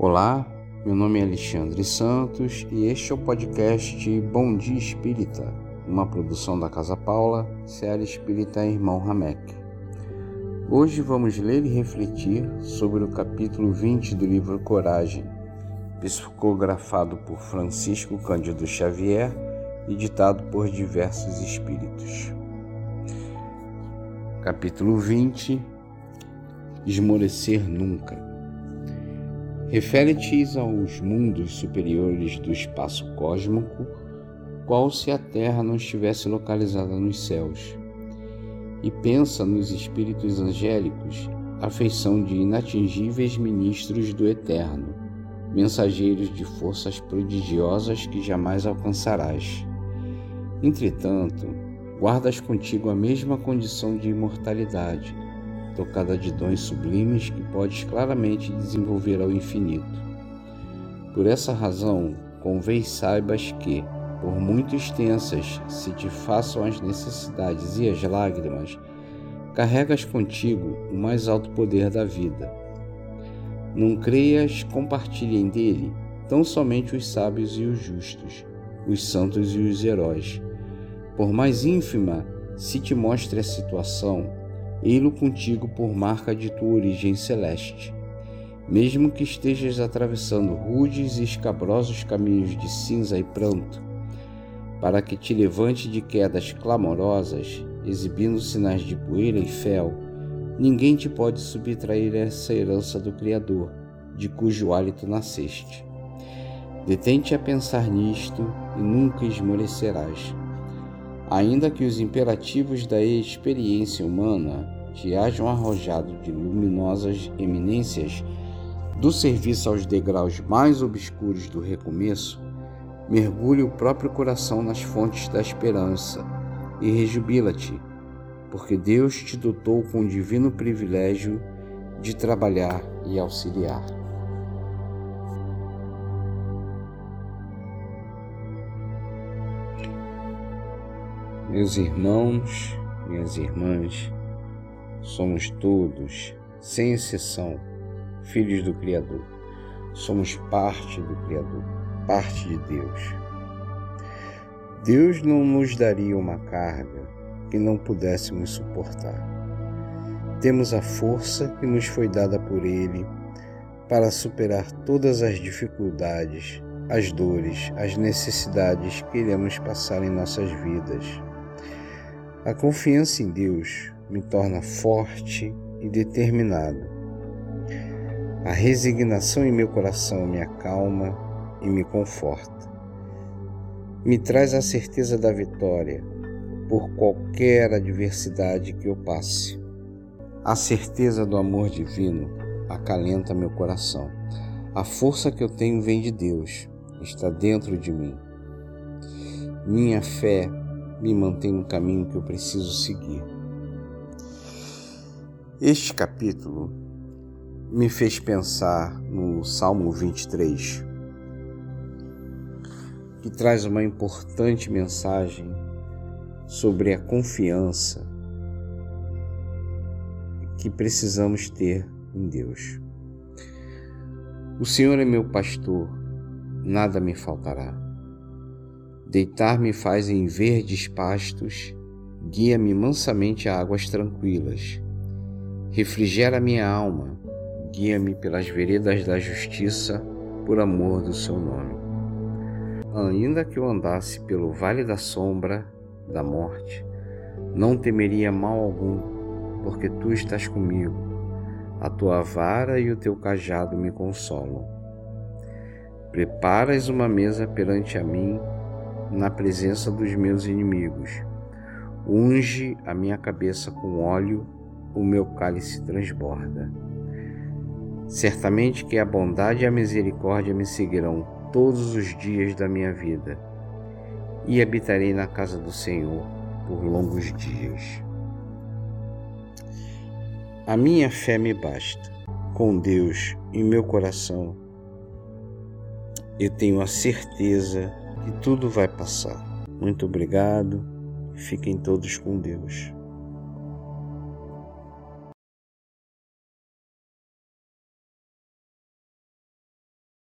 Olá, meu nome é Alexandre Santos e este é o podcast Bom Dia Espírita, uma produção da Casa Paula, Seara Espírita Irmão Ramek. Hoje vamos ler e refletir sobre o capítulo 20 do livro Coragem, psicografado por Francisco Cândido Xavier e ditado por diversos espíritos. Capítulo 20. Esmorecer nunca. Refere-te aos mundos superiores do espaço cósmico, qual se a Terra não estivesse localizada nos céus, e pensa nos espíritos angélicos, a feição de inatingíveis ministros do Eterno, mensageiros de forças prodigiosas que jamais alcançarás. Entretanto, guardas contigo a mesma condição de imortalidade, tocada de dons sublimes que podes claramente desenvolver ao infinito. Por essa razão, convém saibas que, por muito extensas se te façam as necessidades e as lágrimas, carregas contigo o mais alto poder da vida. Não creias compartilhem dele tão somente os sábios e os justos, os santos e os heróis. Por mais ínfima se te mostre a situação, ei-lo contigo por marca de tua origem celeste. Mesmo que estejas atravessando rudes e escabrosos caminhos de cinza e pranto, para que te levante de quedas clamorosas, exibindo sinais de poeira e fel, ninguém te pode subtrair essa herança do Criador, de cujo hálito nasceste. Detente a pensar nisto e nunca esmorecerás. Ainda que os imperativos da experiência humana te hajam arrojado de luminosas eminências do serviço aos degraus mais obscuros do recomeço, mergulhe o próprio coração nas fontes da esperança e rejubila-te, porque Deus te dotou com o divino privilégio de trabalhar e auxiliar. Meus irmãos, minhas irmãs, somos todos, sem exceção, filhos do Criador. Somos parte do Criador, parte de Deus. Deus não nos daria uma carga que não pudéssemos suportar. Temos a força que nos foi dada por Ele para superar todas as dificuldades, as dores, as necessidades que iremos passar em nossas vidas. A confiança em Deus me torna forte e determinado. A resignação em meu coração me acalma e me conforta. Me traz a certeza da vitória por qualquer adversidade que eu passe. A certeza do amor divino acalenta meu coração. A força que eu tenho vem de Deus, está dentro de mim. Minha fé me mantém no caminho que eu preciso seguir. Este capítulo me fez pensar no Salmo 23, que traz uma importante mensagem sobre a confiança que precisamos ter em Deus. O Senhor é meu pastor, nada me faltará. Deitar-me faz em verdes pastos, guia-me mansamente a águas tranquilas. Refrigera minha alma, guia-me pelas veredas da justiça, por amor do seu nome. Ainda que eu andasse pelo vale da sombra da morte, não temeria mal algum, porque tu estás comigo. A tua vara e o teu cajado me consolam. Preparas uma mesa perante a mim, na presença dos meus inimigos. Unge a minha cabeça com óleo, o meu cálice transborda. Certamente que a bondade e a misericórdia me seguirão todos os dias da minha vida, e habitarei na casa do Senhor por longos dias. A minha fé me basta. Com Deus em meu coração, eu tenho a certeza que tudo vai passar. Muito obrigado e fiquem todos com Deus.